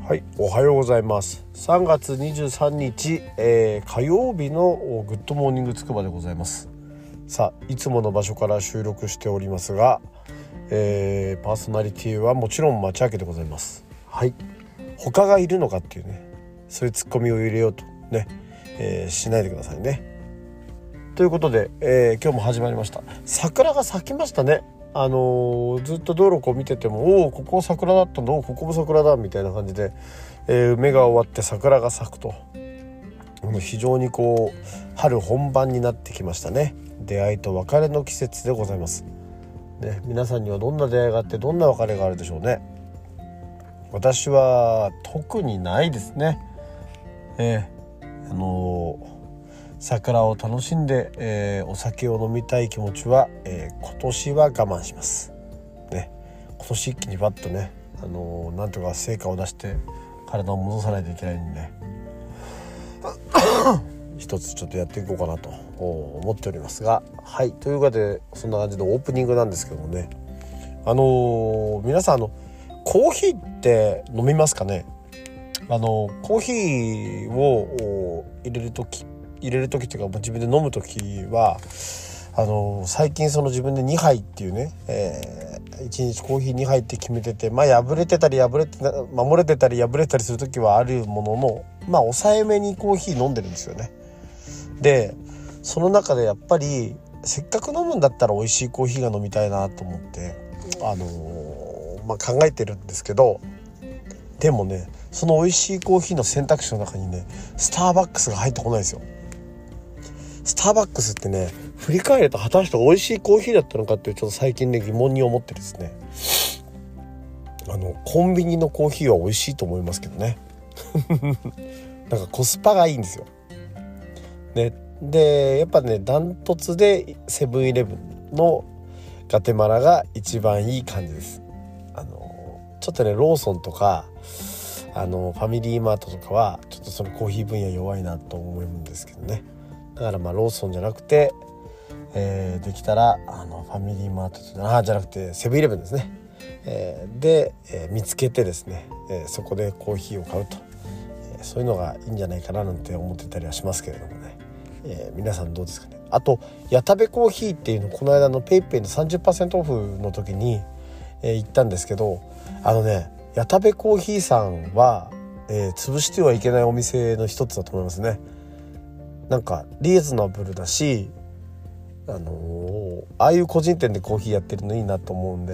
はい、おはようございます。3月23日、火曜日のグッドモーニングつくばでございます。さあ、いつもの場所から収録しておりますが、パーソナリティはもちろん町明でございます。はい、他がいるのかっていうね、そういうツッコミを入れようとね、しないでくださいね。ということで、今日も始まりました。桜が咲きましたね。ずっと道路こう見てても、ここ桜だったの、ここも桜だみたいな感じで、梅が終わって桜が咲くと、非常にこう春本番になってきましたね。出会いと別れの季節でございます、ね、皆さんにはどんな出会いがあってどんな別れがあるでしょうね。私は特にないですね。桜を楽しんで、お酒を飲みたい気持ちは、今年は我慢します、ね、今年一気にバッとね、なんとか成果を出して体を戻さないといけないんで一つちょっとやっていこうかなと思っておりますが、はい、というわけでそんな感じでオープニングなんですけどもね、皆さんコーヒーって飲みますかね。コーヒーを入れる時っていうか、自分で飲む時は最近その自分で2杯っていうね、1日コーヒー2杯って決めてて、守れてたり破れたりする時はあるものの、抑えめにコーヒー飲んでるんですよね。でその中でやっぱりせっかく飲むんだったら美味しいコーヒーが飲みたいなと思って、考えてるんですけど、でもね、その美味しいコーヒーの選択肢の中にね、スターバックスが入ってこないんですよ。スターバックスってね、振り返ると果たして美味しいコーヒーだったのかっていう、ちょっと最近ね疑問に思ってですね、コンビニのコーヒーは美味しいと思いますけどねなんかコスパがいいんですよ、ね、でやっぱねダントツでセブンイレブンのガテマラが一番いい感じです。ちょっとねローソンとかファミリーマートとかはちょっとそのコーヒー分野弱いなと思うんですけどね。だからローソンじゃなくて、できたらファミリーマートじゃなくてセブンイレブンですね、で、見つけてですね、そこでコーヒーを買うと、そういうのがいいんじゃないかななんて思ってたりはしますけれどもね、皆さんどうですかね。あと矢田部コーヒーっていうの、この間のペイペイの 30% オフの時に、行ったんですけど、矢田部コーヒーさんは、潰してはいけないお店の一つだと思いますね。なんかリーズナブルだし、ああいう個人店でコーヒーやってるのいいなと思うん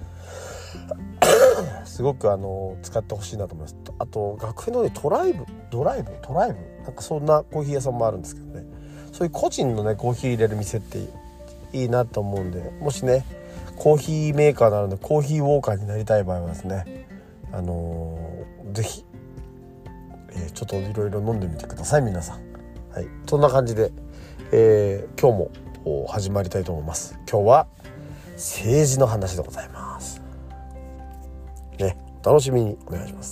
ですごく使ってほしいなと思います。あと学園のドライブなんかそんなコーヒー屋さんもあるんですけどね、そういう個人のねコーヒー入れる店っていいなと思うんで、もしねコーヒーメーカーなのでコーヒーウォーカーになりたい場合はですね、ぜひ、ちょっといろいろ飲んでみてください皆さん。はい、そんな感じで、今日も始まりたいと思います。今日は政治の話でございますね。お楽しみにお願いします。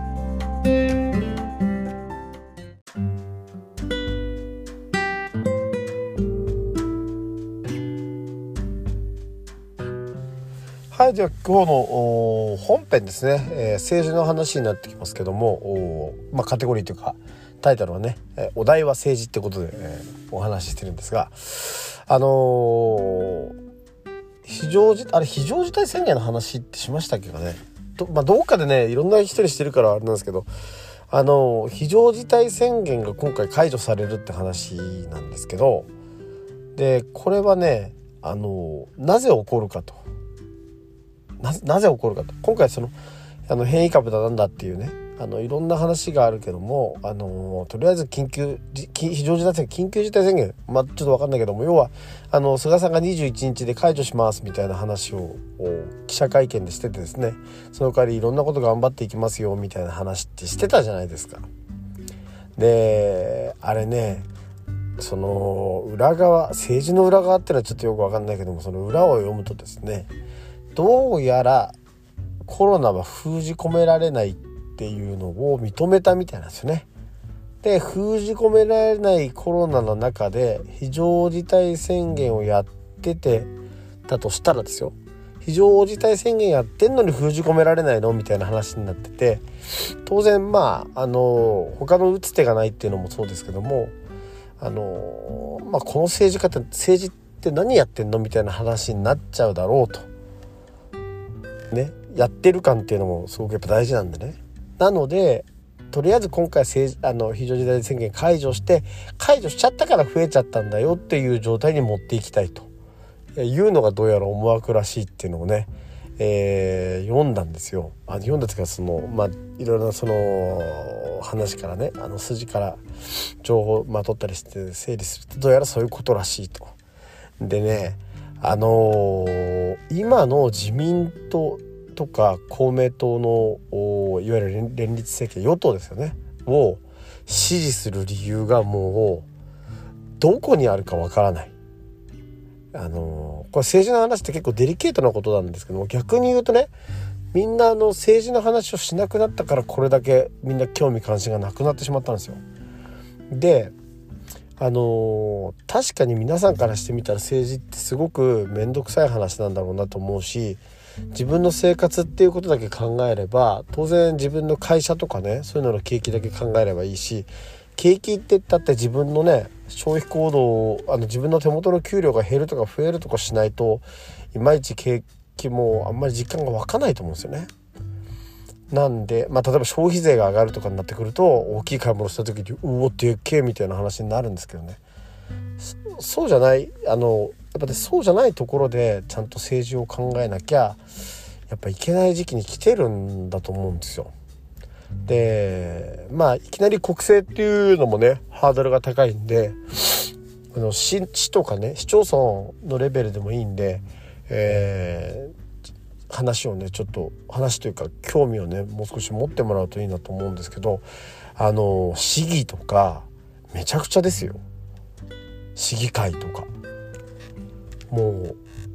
はい、では今日の本編ですね、政治の話になってきますけども、カテゴリーというかタイトルはね、お題は政治ってことで、お話ししてるんですが、非常事態宣言の話ってしましたっけかね。どっかでねいろんな人にしてるからあれなんですけど、非常事態宣言が今回解除されるって話なんですけど、でこれはねなぜ起こるかと、今回その変異株だなんだっていうね、いろんな話があるけども、とりあえず非常事態宣言、緊急事態宣言、ちょっと分かんないけども、要は菅さんが21日で解除しますみたいな話を記者会見でしててですね、その代わりいろんなこと頑張っていきますよみたいな話ってしてたじゃないですか。であれね、その裏側、政治の裏側ってのはちょっとよく分かんないけども、その裏を読むとですね、どうやらコロナは封じ込められないっていうのを認めたみたいなんですよね。で封じ込められないコロナの中で非常事態宣言をやっててだとしたらですよ、非非常事態宣言やってんのに封じ込められないのみたいな話になってて、当然他の打つ手がないっていうのもそうですけども、この政治って何やってんのみたいな話になっちゃうだろうとね、やってる感っていうのもすごくやっぱ大事なんでね。なのでとりあえず今回非常事態宣言解除しちゃったから増えちゃったんだよっていう状態に持っていきたいというのがどうやら思惑らしいっていうのをね、読んだんですよ。読んだというかいろいろなその話からね、筋から情報を取ったりして整理するとどうやらそういうことらしいと。でね、今の自民党とか公明党のいわゆる連立政権、与党ですよねを支持する理由がもうどこにあるかわからない。これ政治の話って結構デリケートなことなんですけども、逆に言うとね、みんな政治の話をしなくなったからこれだけみんな興味関心がなくなってしまったんですよ。で確かに皆さんからしてみたら政治ってすごく面倒くさい話なんだろうなと思うし、自分の生活っていうことだけ考えれば当然自分の会社とかね、そういうのの景気だけ考えればいいし、景気って言ったって自分のね消費行動自分の手元の給料が減るとか増えるとかしないといまいち景気もあんまり実感が湧かないと思うんですよね。なんで、例えば消費税が上がるとかになってくると大きい買い物した時にうおでっけえみたいな話になるんですけどね、そうじゃないやっぱね、そうじゃないところでちゃんと政治を考えなきゃやっぱいけない時期に来てるんだと思うんですよ。でいきなり国政っていうのもねハードルが高いんで、市とかね市町村のレベルでもいいんで、話というか興味をねもう少し持ってもらうといいなと思うんですけど、市議とかめちゃくちゃですよ。市議会とかもう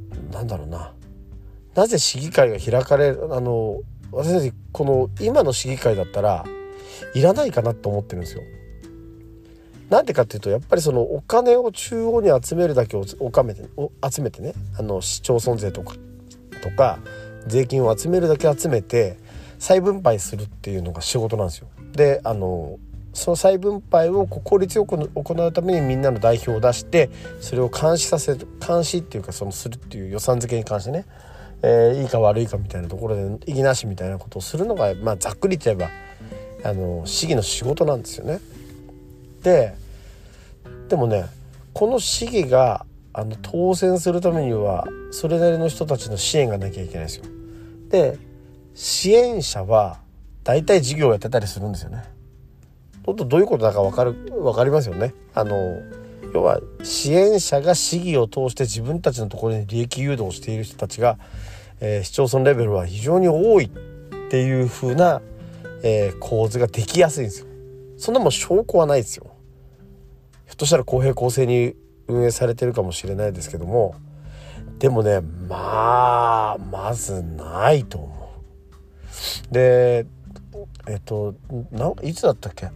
なぜ市議会が開かれる私たちこの今の市議会だったらいらないかなと思ってるんですよ。なんでかっていうとやっぱりそのお金を中央に集めるだけを集めてね市町村税とか税金を集めるだけ集めて再分配するっていうのが仕事なんですよ。でその再分配を効率よく行うためにみんなの代表を出してそれを監視っていうかするっていう予算付けに関してね、いいか悪いかみたいなところで意義なしみたいなことをするのがざっくり言っちゃえば市議の仕事なんですよね。でもねこの市議が当選するためにはそれなりの人たちの支援がなきゃいけないんですよ。で支援者は大体事業をやってたりするんですよね。どういうことだか分かりますよね。要は支援者が市議を通して自分たちのところに利益誘導している人たちが、市町村レベルは非常に多いっていう風な、構図ができやすいんですよ。そんなもん証拠はないですよ。ひょっとしたら公平公正に運営されてるかもしれないですけども、でもねまずないと思う。でいつだったっけ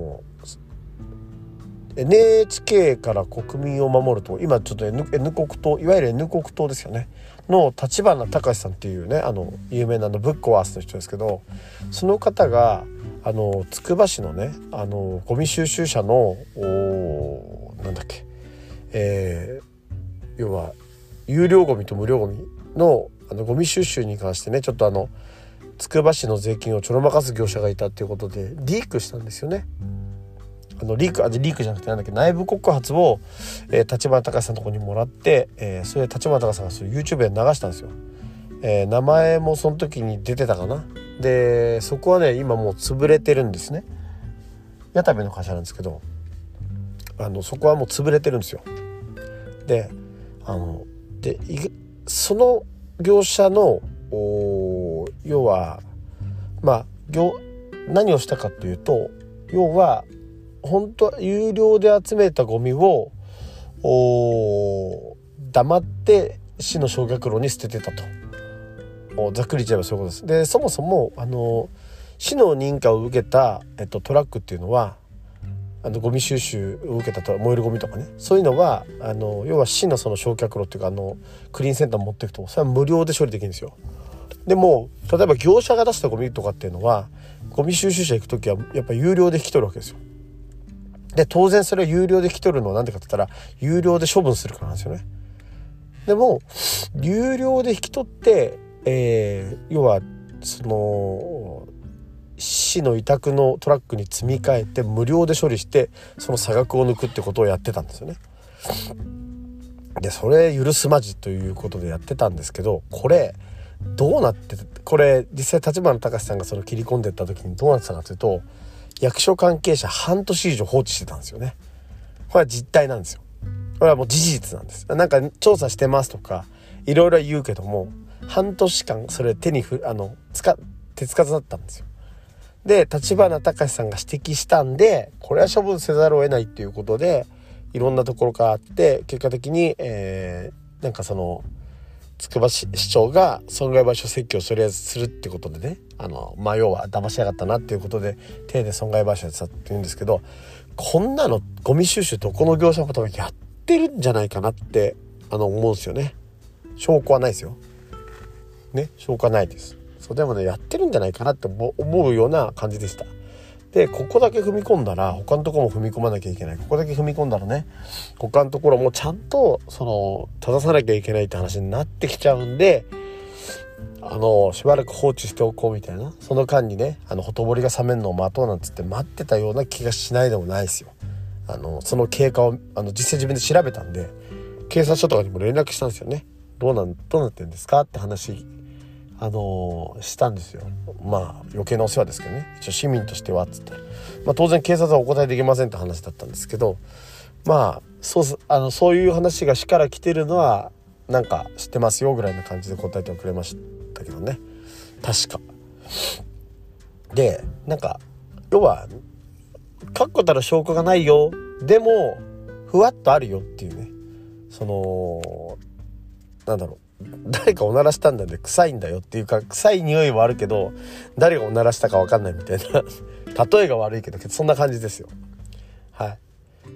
NHK から国民を守ると今ちょっと N 国党いわゆる N 国党ですよねの立花隆さんっていうね有名なブッコワースの人ですけど、その方がつくば市のねゴミ収集車の要は有料ゴミと無料ゴミのゴミ収集に関してねちょっとつくば市の税金をちょろまかす業者がいたっていうことでリークしたんですよね。リークじゃなくて内部告発を、立花隆さんのところにもらって、それで立花隆さんがそれ YouTube で流したんですよ。名前もその時に出てたかな。でそこはね今もう潰れてるんですね。矢田部の会社なんですけどそこはもう潰れてるんですよ。でその業者の要は何をしたかっていうと、要は本当は有料で集めたゴミを黙って市の焼却炉に捨ててたと、ざっくり言っちゃえばそういうことです。でそもそも市の認可を受けた、トラックっていうのはゴミ収集を受けたと燃えるゴミとかね、そういうのは要は市のその焼却炉っていうかクリーンセンター持っていくとそれは無料で処理できるんですよ。でも例えば業者が出したゴミとかっていうのはゴミ収集車行くときはやっぱり有料で引き取るわけですよ。で当然それを有料で引き取るのはなんでかって言ったら有料で処分するからなんですよね。でも有料で引き取って、要はその市の委託のトラックに積み替えて無料で処理してその差額を抜くってことをやってたんですよね。でそれ許すまじということでやってたんですけど、これどうなってこれ実際立花隆さんがその切り込んでった時にどうなってたかというと、役所関係者半年以上放置してたんですよね。これは実態なんですよ。これはもう事実なんです。なんか調査してますとかいろいろ言うけども半年間それ手つかずだったんですよ。で立花隆さんが指摘したんでこれは処分せざるを得ないっていうことでいろんなところからあって結果的に、なんかそのつくば市長が損害賠償請求をとりあえずするってことでね要は騙しやがったなっていうことで手で損害賠償やってたって言うんですけど、こんなのゴミ収集どこの業者も多分やってるんじゃないかなって思うんですよね。証拠はないですよね、証拠はないです。そうでもねやってるんじゃないかなって思うような感じでした。でここだけ踏み込んだら他のところも踏み込まなきゃいけない、ここだけ踏み込んだらね他のところもちゃんと正さなきゃいけないって話になってきちゃうんでしばらく放置しておこうみたいな、その間にねほとぼりが冷めるのを待とうなんつって待ってたような気がしないでもないですよ。その経過を実際自分で調べたんで警察署とかにも連絡したんですよね。どうなってるんですかって話したんですよ。余計なお世話ですけどね、一応市民としてはっつって、当然警察はお答えできませんって話だったんですけど、そういう話が市から来てるのはなんか知ってますよぐらいな感じで答えてはくれましたけどね、確かでなんか要は確固たる証拠がないよでもふわっとあるよっていうね、誰かおならしたんだね臭いんだよっていうか、臭い匂いはあるけど誰がおならしたか分かんないみたいな例えが悪いけどそんな感じですよ。はい。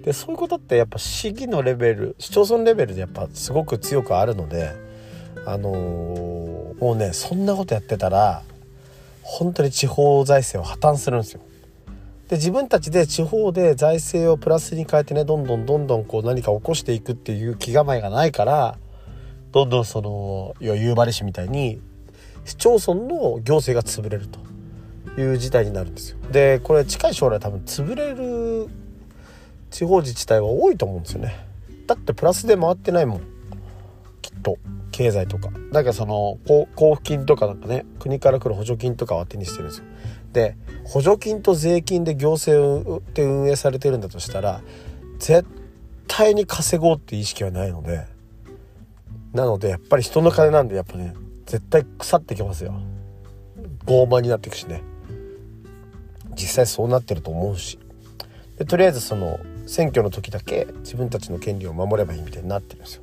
でそういうことってやっぱ市議のレベル市町村レベルでやっぱすごく強くあるのでもうねそんなことやってたら本当に地方財政は破綻するんですよ。で自分たちで地方で財政をプラスに変えてねどんどんこう何か起こしていくっていう気構えがないからどんどん夕張市みたいに市町村の行政が潰れるという事態になるんですよ。でこれ近い将来多分潰れる地方自治体は多いと思うんですよね。だってプラスで回ってないもんきっと経済とかだから交付金とかなんかね国から来る補助金とかを当てにしてるんですよ。で補助金と税金で行政って運営されてるんだとしたら絶対に稼ごうっていう意識はないのでやっぱり人の金なんでやっぱね絶対腐ってきますよ。傲慢になっていくしね、実際そうなってると思うし、でとりあえず選挙の時だけ自分たちの権利を守ればいいみたいになってるんですよ。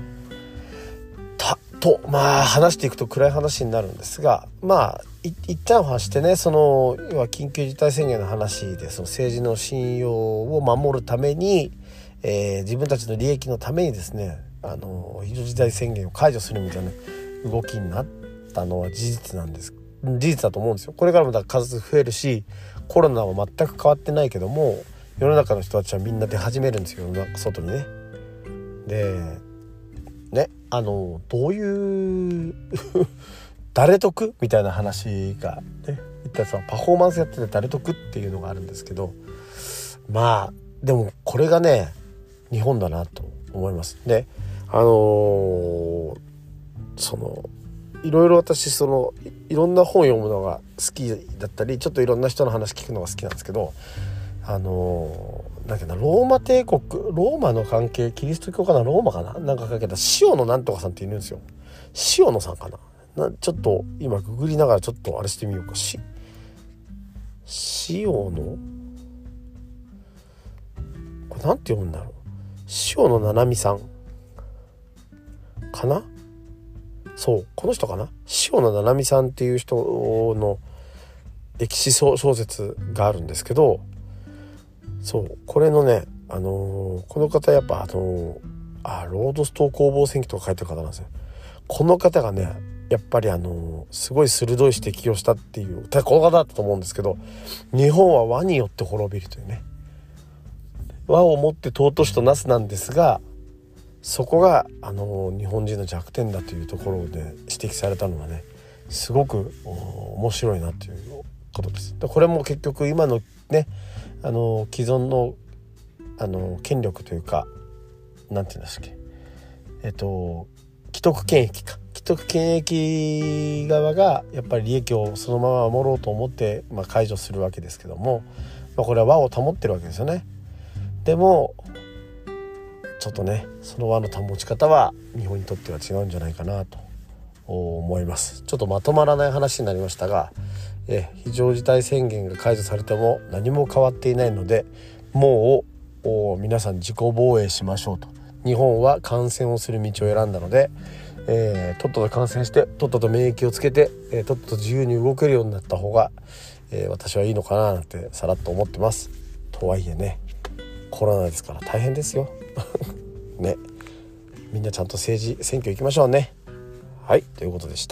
話していくと暗い話になるんですが一旦はしてね要は緊急事態宣言の話で政治の信用を守るために、自分たちの利益のためにですね非常事態宣言を解除するみたいな動きになったのは事実だと思うんですよ。これからも数増えるしコロナは全く変わってないけども世の中の人たちはみんな出始めるんですよ外にね。でねどういう誰得みたいな話がね一体パフォーマンスやってて誰得っていうのがあるんですけどでもこれがね日本だなと思います。でいろいろ私いろんな本読むのが好きだったりちょっといろんな人の話聞くのが好きなんですけどローマ帝国ローマの関係キリスト教かなローマかななんかかけた塩野なんとかさんっているんですよ。塩野さんかなちょっと今ググりながらちょっとあれしてみようか塩野これなんて読むんだろう塩野七海さんかなそうこの人かな塩野七海さんっていう人の歴史小説があるんですけどそうこれのね、この方やっぱロードストー攻防戦記とか書いてる方なんですよ。この方がねやっぱりすごい鋭い指摘をしたっていう、この方だったと思うんですけど、日本は和によって滅びるというね、和をもって尊しとなすなんですが、そこが日本人の弱点だというところで指摘されたのはね、すごく面白いなということです。でこれも結局今のね既存の権力というか、なんて言うんですっけ、既得権益側がやっぱり利益をそのまま守ろうと思って、解除するわけですけども、これは和を保ってるわけですよね。でもちょっとねその和の保ち方は日本にとっては違うんじゃないかなと思います。ちょっとまとまらない話になりましたが、非常事態宣言が解除されても何も変わっていないので、もう皆さん自己防衛しましょうと。日本は感染をする道を選んだので、とっとと感染してとっとと免疫をつけて、とっとと自由に動けるようになった方が、私はいいのかななんてさらっと思ってます。とはいえね、コロナですから大変ですよね。みんなちゃんと選挙行きましょうね。はい、ということでした。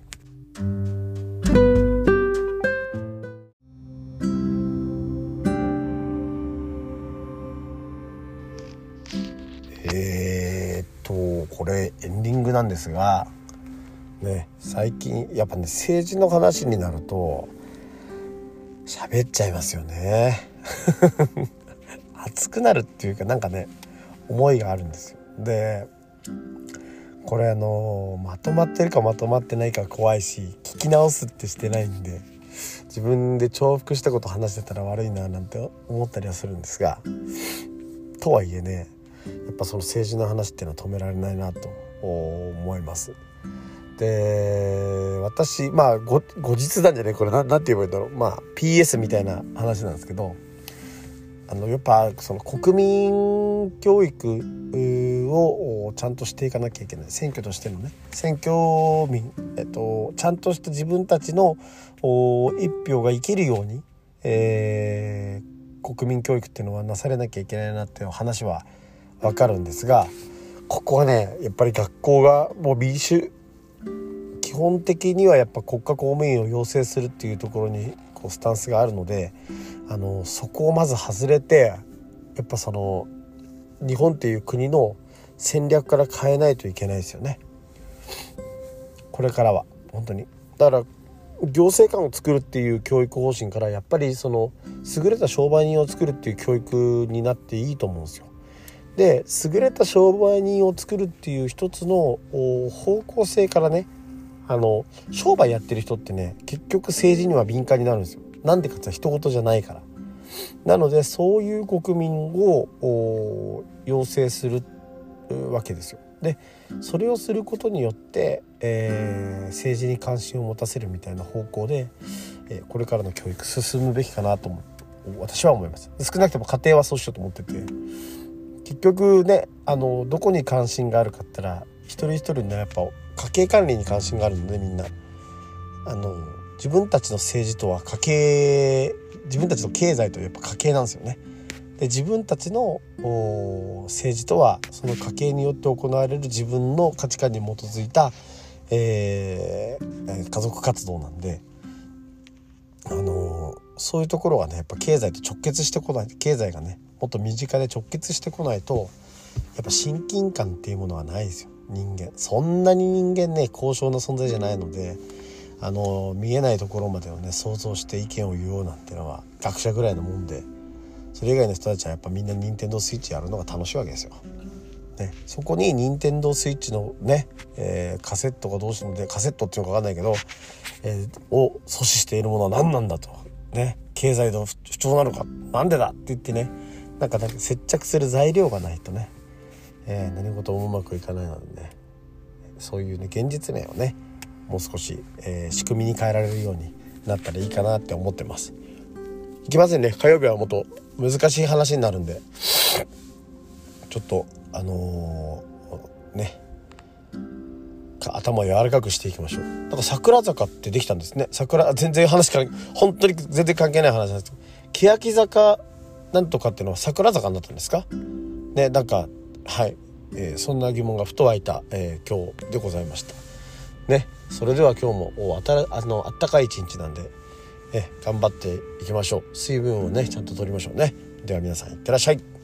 これエンディングなんですがね、最近やっぱね政治の話になると喋っちゃいますよね熱くなるっていうか、なんかね思いがあるんですよ。でこれまとまってるかまとまってないか怖いし、聞き直すってしてないんで、自分で重複したこと話してたら悪いななんて思ったりはするんですが、とはいえねやっぱその政治の話っていうのは止められないなと思います。で私後日談じゃね、これなんて言えばいいんだろう、PS みたいな話なんですけど、やっぱその国民教育をちゃんとしていかなきゃいけない。選挙としてのね、選挙民、ちゃんとした自分たちの一票が生きるように、国民教育っていうのはなされなきゃいけないなっていう話はわかるんですが、ここはねやっぱり学校がもう民主、基本的にはやっぱ国家公務員を養成するっていうところにスタンスがあるので、そこをまず外れて、やっぱその日本っていう国の戦略から変えないといけないですよね。これからは本当にだから行政官を作るっていう教育方針から、やっぱりその優れた商売人を作るっていう教育になっていいと思うんですよ。で優れた商売人を作るっていう一つの方向性からね、商売やってる人ってね結局政治には敏感になるんですよ。なんでかって人事じゃないから。なのでそういう国民を養成するわけですよ。でそれをすることによって、政治に関心を持たせるみたいな方向で、これからの教育進むべきかなと私は思います。少なくとも家庭はそうしようと思ってて、結局ねどこに関心があるかって言ったら一人一人のやっぱ家計管理に関心があるので、みんな自分たちの政治とは自分たちの経済とやっぱ家計なんですよね。で自分たちの政治とはその家計によって行われる自分の価値観に基づいた、家族活動なんで、そういうところはねやっぱ経済と直結してこない、経済がねもっと身近で直結してこないとやっぱ親近感っていうものはないですよ。人間そんなに人間ね高尚な存在じゃないので、見えないところまでをね想像して意見を言おうなんてのは学者ぐらいのもんで、それ以外の人たちはやっぱみんな任天堂スイッチやるのが楽しいわけですよ、ね、そこに任天堂スイッチのね、カセットがどうしてもでカセットっていうのか分かんないけど、を阻止しているものは何なんだと、ね、経済の不調なのかなんでだって言ってね、なんか接着する材料がないとね、何事もうまくいかないのでね、そういうね現実面をねもう少し、仕組みに変えられるようになったらいいかなって思ってます。いきませんね、火曜日はもっと難しい話になるんでちょっとね頭を柔らかくしていきましょう。なんか桜坂ってできたんですね。全然本当に全然関係ない話なんですけど、欅坂なんとかっていうのは桜坂になったんですかね。なんかはい、そんな疑問がふと湧いた、今日でございましたね。それでは今日もあったかい一日なんで、頑張っていきましょう。水分をねちゃんと取りましょうね。では皆さんいってらっしゃい。